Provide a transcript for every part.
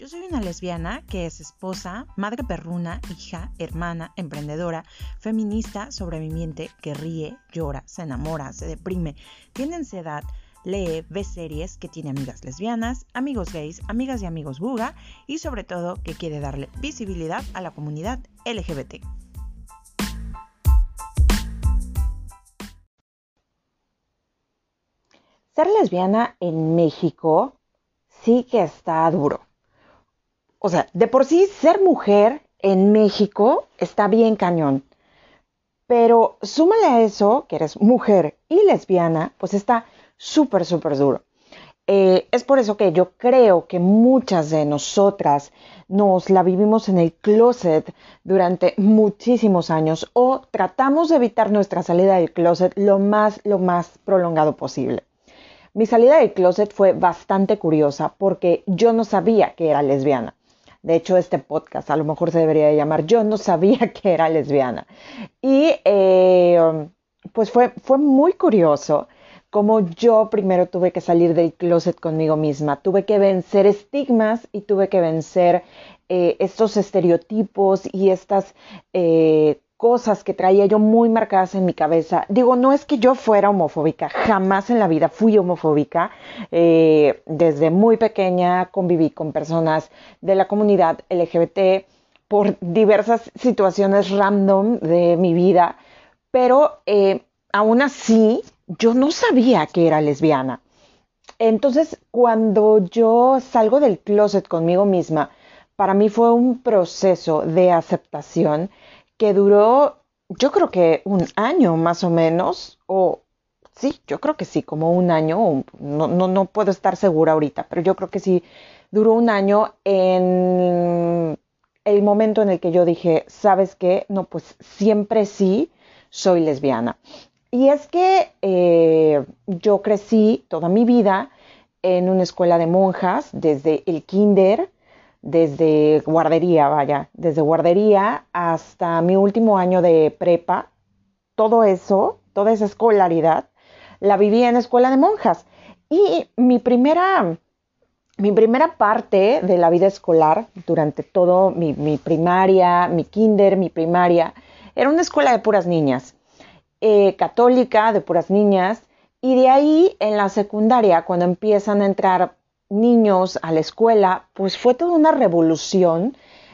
soy una lesbiana que es esposa, madre perruna, hija, hermana, emprendedora, feminista, sobreviviente, que ríe, llora, se enamora, se deprime, tiene ansiedad, lee, ve series, que tiene amigas lesbianas, amigos gays, amigas y amigos buga y sobre todo que quiere darle visibilidad a la comunidad LGBT. Ser lesbiana en México sí que está duro. O sea, de por sí ser mujer en México está bien cañón. Pero súmale a eso, que eres mujer y lesbiana, pues está súper duro. Es por eso que yo creo que muchas de nosotras nos la vivimos en el closet durante muchísimos años o tratamos de evitar nuestra salida del closet lo más prolongado posible. Mi salida del closet fue bastante curiosa porque yo no sabía que era lesbiana. De hecho, este podcast a lo mejor se debería llamar Yo no sabía que era lesbiana. Y pues fue muy curioso como yo primero tuve que salir del closet conmigo misma. Tuve que vencer estigmas y tuve que vencer estos estereotipos y estas cosas que traía yo muy marcadas en mi cabeza. Digo, no es que yo fuera homofóbica, jamás en la vida fui homofóbica. Desde muy pequeña conviví con personas de la comunidad LGBT por diversas situaciones random de mi vida, pero aún así yo no sabía que era lesbiana. Entonces, cuando yo salgo del closet conmigo misma, para mí fue un proceso de aceptación que duró, yo creo que un año más o menos, o sí, yo creo que sí, como un año, no puedo estar segura ahorita, pero yo creo que sí, duró un año en el momento en el que yo dije, ¿sabes qué? No, pues siempre sí soy lesbiana. Y es que yo crecí toda mi vida en una escuela de monjas, desde el kinder, desde guardería, vaya, desde guardería hasta mi último año de prepa. Todo eso, toda esa escolaridad, la viví en escuela de monjas. Y mi primera parte de la vida escolar, durante todo mi primaria, mi kinder, mi primaria, era una escuela de puras niñas. Católica, de puras niñas, y de ahí en la secundaria, cuando empiezan a entrar niños a la escuela, pues fue toda una revolución,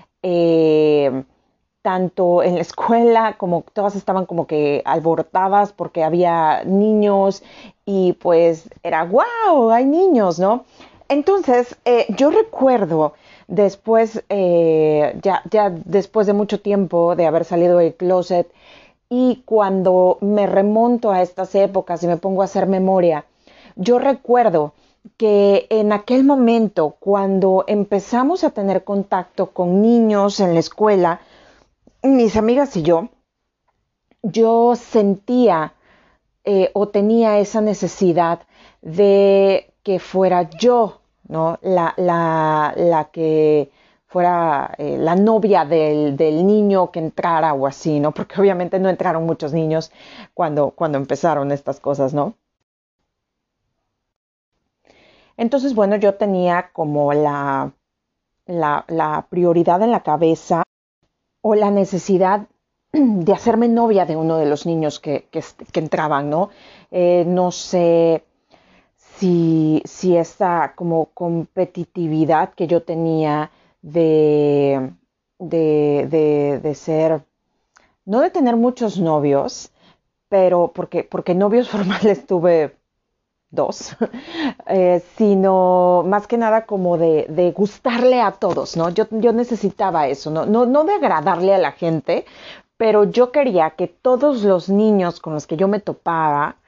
tanto en la escuela como todas estaban como que alborotadas porque había niños y pues era wow, hay niños, ¿no? Entonces, yo recuerdo después, ya después de mucho tiempo de haber salido del closet, y cuando me remonto a estas épocas y me pongo a hacer memoria, yo recuerdo que en aquel momento, cuando empezamos a tener contacto con niños en la escuela, mis amigas y yo sentía o tenía esa necesidad de que fuera yo, ¿no? La que fuera la novia del niño que entrara o así, ¿no? Porque obviamente no entraron muchos niños cuando empezaron estas cosas, ¿no? Entonces, bueno, yo tenía como la prioridad en la cabeza o la necesidad de hacerme novia de uno de los niños que entraban, ¿no? No sé si esta como competitividad que yo tenía de ser, no de tener muchos novios, pero porque novios formales tuve dos, sino más que nada como de gustarle a todos, ¿no? Yo necesitaba eso, no de agradarle a la gente, pero yo quería que todos los niños con los que yo me topara,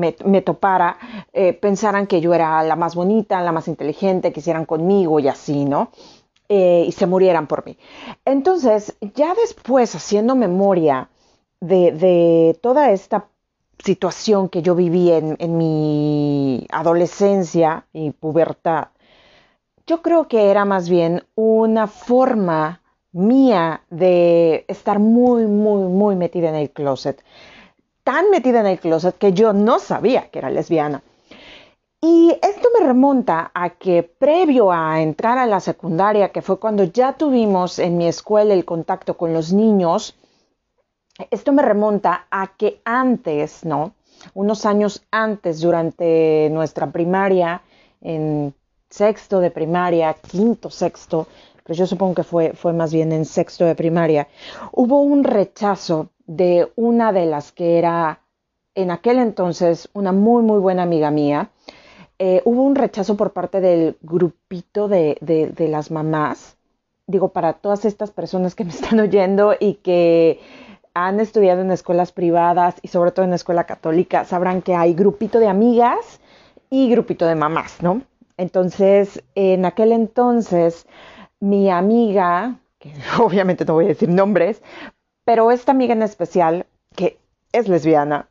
pensaran que yo era la más bonita, la más inteligente, quisieran conmigo y así, ¿no? Y se murieran por mí. Entonces, ya después, haciendo memoria de toda esta situación que yo viví en mi adolescencia y pubertad, yo creo que era más bien una forma mía de estar muy metida en el closet. Tan metida en el closet que yo no sabía que era lesbiana. Y esto me remonta a que previo a entrar a la secundaria, que fue cuando ya tuvimos en mi escuela el contacto con los niños, esto me remonta a que antes, ¿no? Unos años antes, durante nuestra primaria, en sexto de primaria, quinto, sexto, pero yo supongo que fue más bien en sexto de primaria, hubo un rechazo de una de las que era en aquel entonces una muy, muy buena amiga mía. Hubo un rechazo por parte del grupito de las mamás, digo, para todas estas personas que me están oyendo y que han estudiado en escuelas privadas y sobre todo en escuela católica, sabrán que hay grupito de amigas y grupito de mamás, ¿no? Entonces, en aquel entonces, mi amiga, que obviamente no voy a decir nombres, pero esta amiga en especial, que es lesbiana,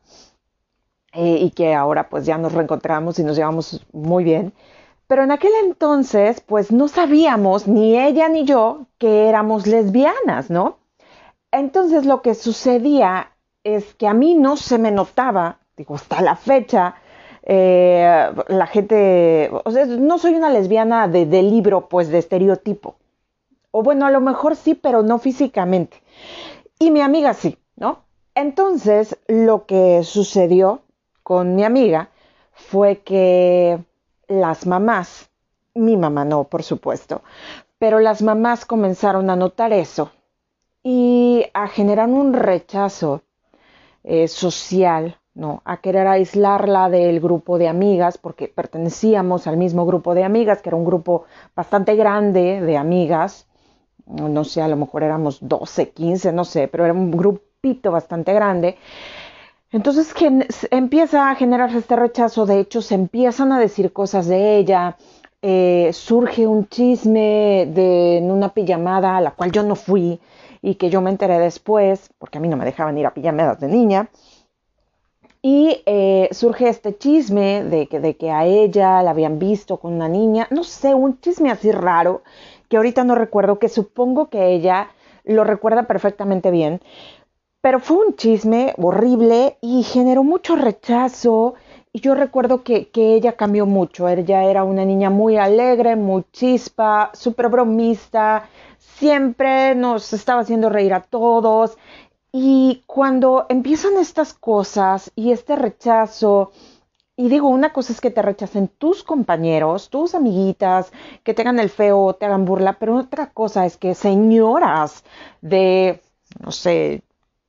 y que ahora pues ya nos reencontramos y nos llevamos muy bien, pero en aquel entonces pues no sabíamos, ni ella ni yo, que éramos lesbianas, ¿no? Entonces lo que sucedía es que a mí no se me notaba, digo, hasta la fecha, la gente, o sea, no soy una lesbiana de libro, pues de estereotipo. O bueno, a lo mejor sí, pero no físicamente. Y mi amiga sí, ¿no? Entonces lo que sucedió con mi amiga fue que las mamás, mi mamá no, por supuesto, pero las mamás comenzaron a notar eso y a generar un rechazo social, ¿no? A querer aislarla del grupo de amigas, porque pertenecíamos al mismo grupo de amigas, que era un grupo bastante grande de amigas, no sé, a lo mejor éramos 12, 15, no sé, pero era un grupito bastante grande. Entonces empieza a generarse este rechazo, de hecho se empiezan a decir cosas de ella, surge un chisme en una pijamada a la cual yo no fui y que yo me enteré después, porque a mí no me dejaban ir a pijamadas de niña, y surge este chisme de que a ella la habían visto con una niña, no sé, un chisme así raro, que ahorita no recuerdo, que supongo que ella lo recuerda perfectamente bien, pero fue un chisme horrible y generó mucho rechazo. Y yo recuerdo que ella cambió mucho. Ella era una niña muy alegre, muy chispa, súper bromista. Siempre nos estaba haciendo reír a todos. Y cuando empiezan estas cosas y este rechazo, y digo, una cosa es que te rechacen tus compañeros, tus amiguitas, que te hagan el feo, te hagan burla, pero otra cosa es que señoras de, no sé,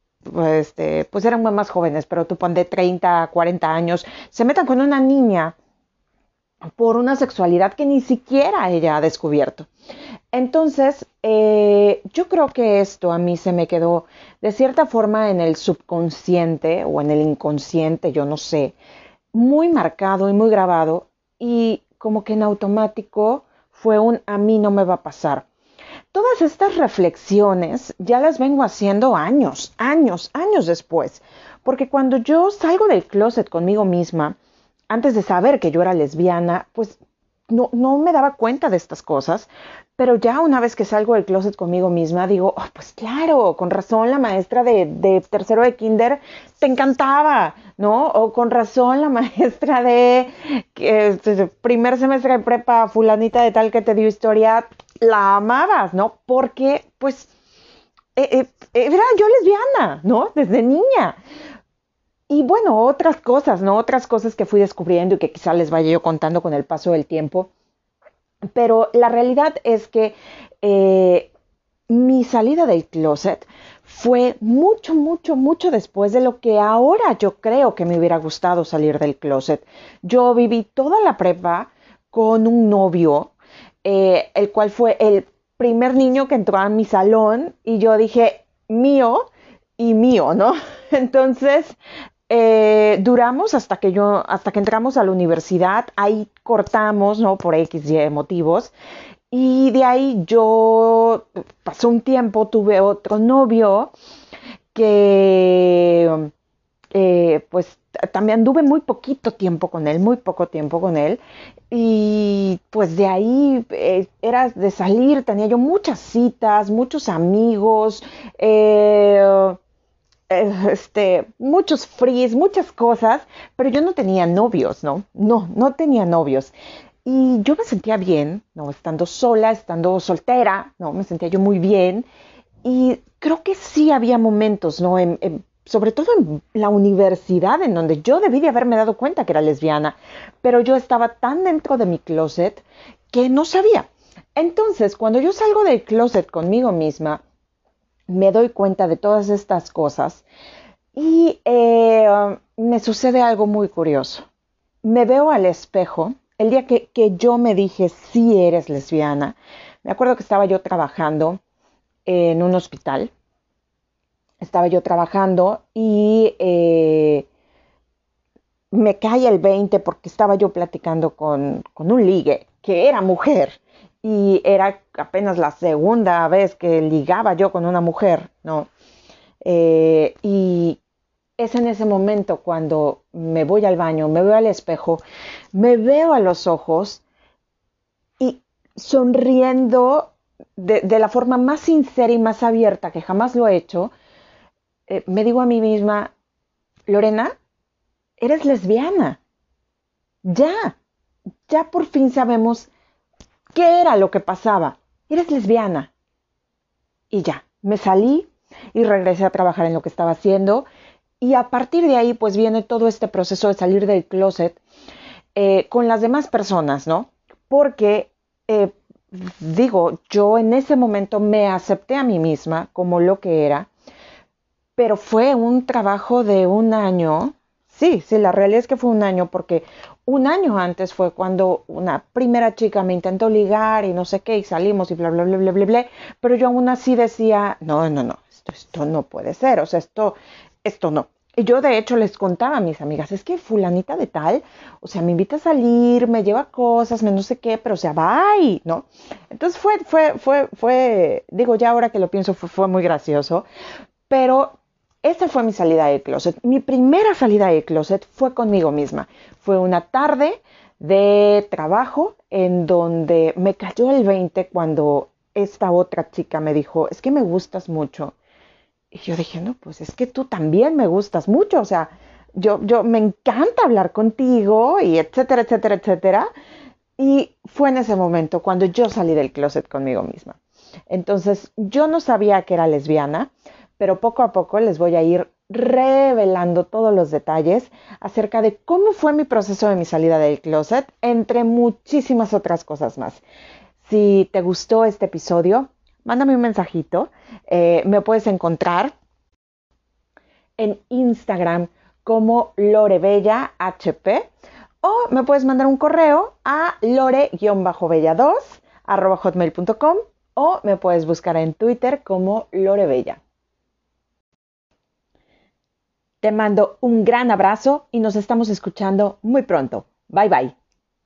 pues eran más jóvenes, pero tú pon de 30 a 40 años, se metan con una niña por una sexualidad que ni siquiera ella ha descubierto. Entonces, yo creo que esto a mí se me quedó de cierta forma en el subconsciente o en el inconsciente, yo no sé, muy marcado y muy grabado y como que en automático fue un a mí no me va a pasar. Todas estas reflexiones ya las vengo haciendo años, años, años después, porque cuando yo salgo del closet conmigo misma, antes de saber que yo era lesbiana, pues no me daba cuenta de estas cosas, pero ya una vez que salgo del closet conmigo misma, digo, oh, pues claro, con razón la maestra de tercero de kinder te encantaba, ¿no? O con razón la maestra de primer semestre de prepa, fulanita de tal que te dio historia, la amabas, ¿no? Porque, pues, era yo lesbiana, ¿no? Desde niña. Y bueno, otras cosas, ¿no? Otras cosas que fui descubriendo y que quizá les vaya yo contando con el paso del tiempo. Pero la realidad es que mi salida del closet fue mucho, mucho, mucho después de lo que ahora yo creo que me hubiera gustado salir del closet. Yo viví toda la prepa con un novio, el cual fue el primer niño que entró a mi salón y yo dije mío y mío, ¿no? Entonces, duramos hasta que entramos a la universidad, ahí cortamos, ¿no? Por X y motivos. Y de ahí yo, pasó un tiempo, tuve otro novio que, pues, también anduve muy poquito tiempo con él, muy poco tiempo con él. Y pues de ahí era de salir, tenía yo muchas citas, muchos amigos, muchos frizz, muchas cosas, pero yo no tenía novios, ¿no? No tenía novios. Y yo me sentía bien, ¿no? Estando sola, estando soltera, ¿no? Me sentía yo muy bien. Y creo que sí había momentos, ¿no? Sobre todo en la universidad, en donde yo debí de haberme dado cuenta que era lesbiana, pero yo estaba tan dentro de mi closet que no sabía. Entonces, cuando yo salgo del closet conmigo misma, me doy cuenta de todas estas cosas y me sucede algo muy curioso. Me veo al espejo, el día que yo me dije, sí eres lesbiana, me acuerdo que estaba yo trabajando en un hospital, estaba yo trabajando y me cae el 20 porque estaba yo platicando con un ligue que era mujer y era apenas la segunda vez que ligaba yo con una mujer, ¿no? Y es en ese momento cuando me voy al baño, me veo al espejo, me veo a los ojos y sonriendo de la forma más sincera y más abierta que jamás lo he hecho, me digo a mí misma, Lorena, eres lesbiana. Ya, ya por fin sabemos qué era lo que pasaba. Eres lesbiana. Y ya, me salí y regresé a trabajar en lo que estaba haciendo. Y a partir de ahí, pues viene todo este proceso de salir del closet con las demás personas, ¿no? Porque, yo en ese momento me acepté a mí misma como lo que era, pero fue un trabajo de un año. Sí, la realidad es que fue un año porque un año antes fue cuando una primera chica me intentó ligar y no sé qué y salimos y bla, bla, bla, bla, bla, bla, pero yo aún así decía, no, esto no puede ser, o sea, esto no. Y yo de hecho les contaba a mis amigas, es que fulanita de tal, o sea, me invita a salir, me lleva cosas, me no sé qué, pero o sea, bye, ¿no? Entonces digo, ya ahora que lo pienso, fue muy gracioso, pero esa fue mi salida del closet. Mi primera salida del closet fue conmigo misma. Fue una tarde de trabajo en donde me cayó el 20 cuando esta otra chica me dijo, es que me gustas mucho. Y yo dije, no, pues es que tú también me gustas mucho. O sea, yo me encanta hablar contigo y etcétera, etcétera, etcétera. Y fue en ese momento cuando yo salí del closet conmigo misma. Entonces, yo no sabía que era lesbiana, pero poco a poco les voy a ir revelando todos los detalles acerca de cómo fue mi proceso de mi salida del closet, entre muchísimas otras cosas más. Si te gustó este episodio, mándame un mensajito. Me puedes encontrar en Instagram como LoreBellaHP o me puedes mandar un correo a lore-bella2@hotmail.com o me puedes buscar en Twitter como Lorebella. Te mando un gran abrazo y nos estamos escuchando muy pronto. Bye bye.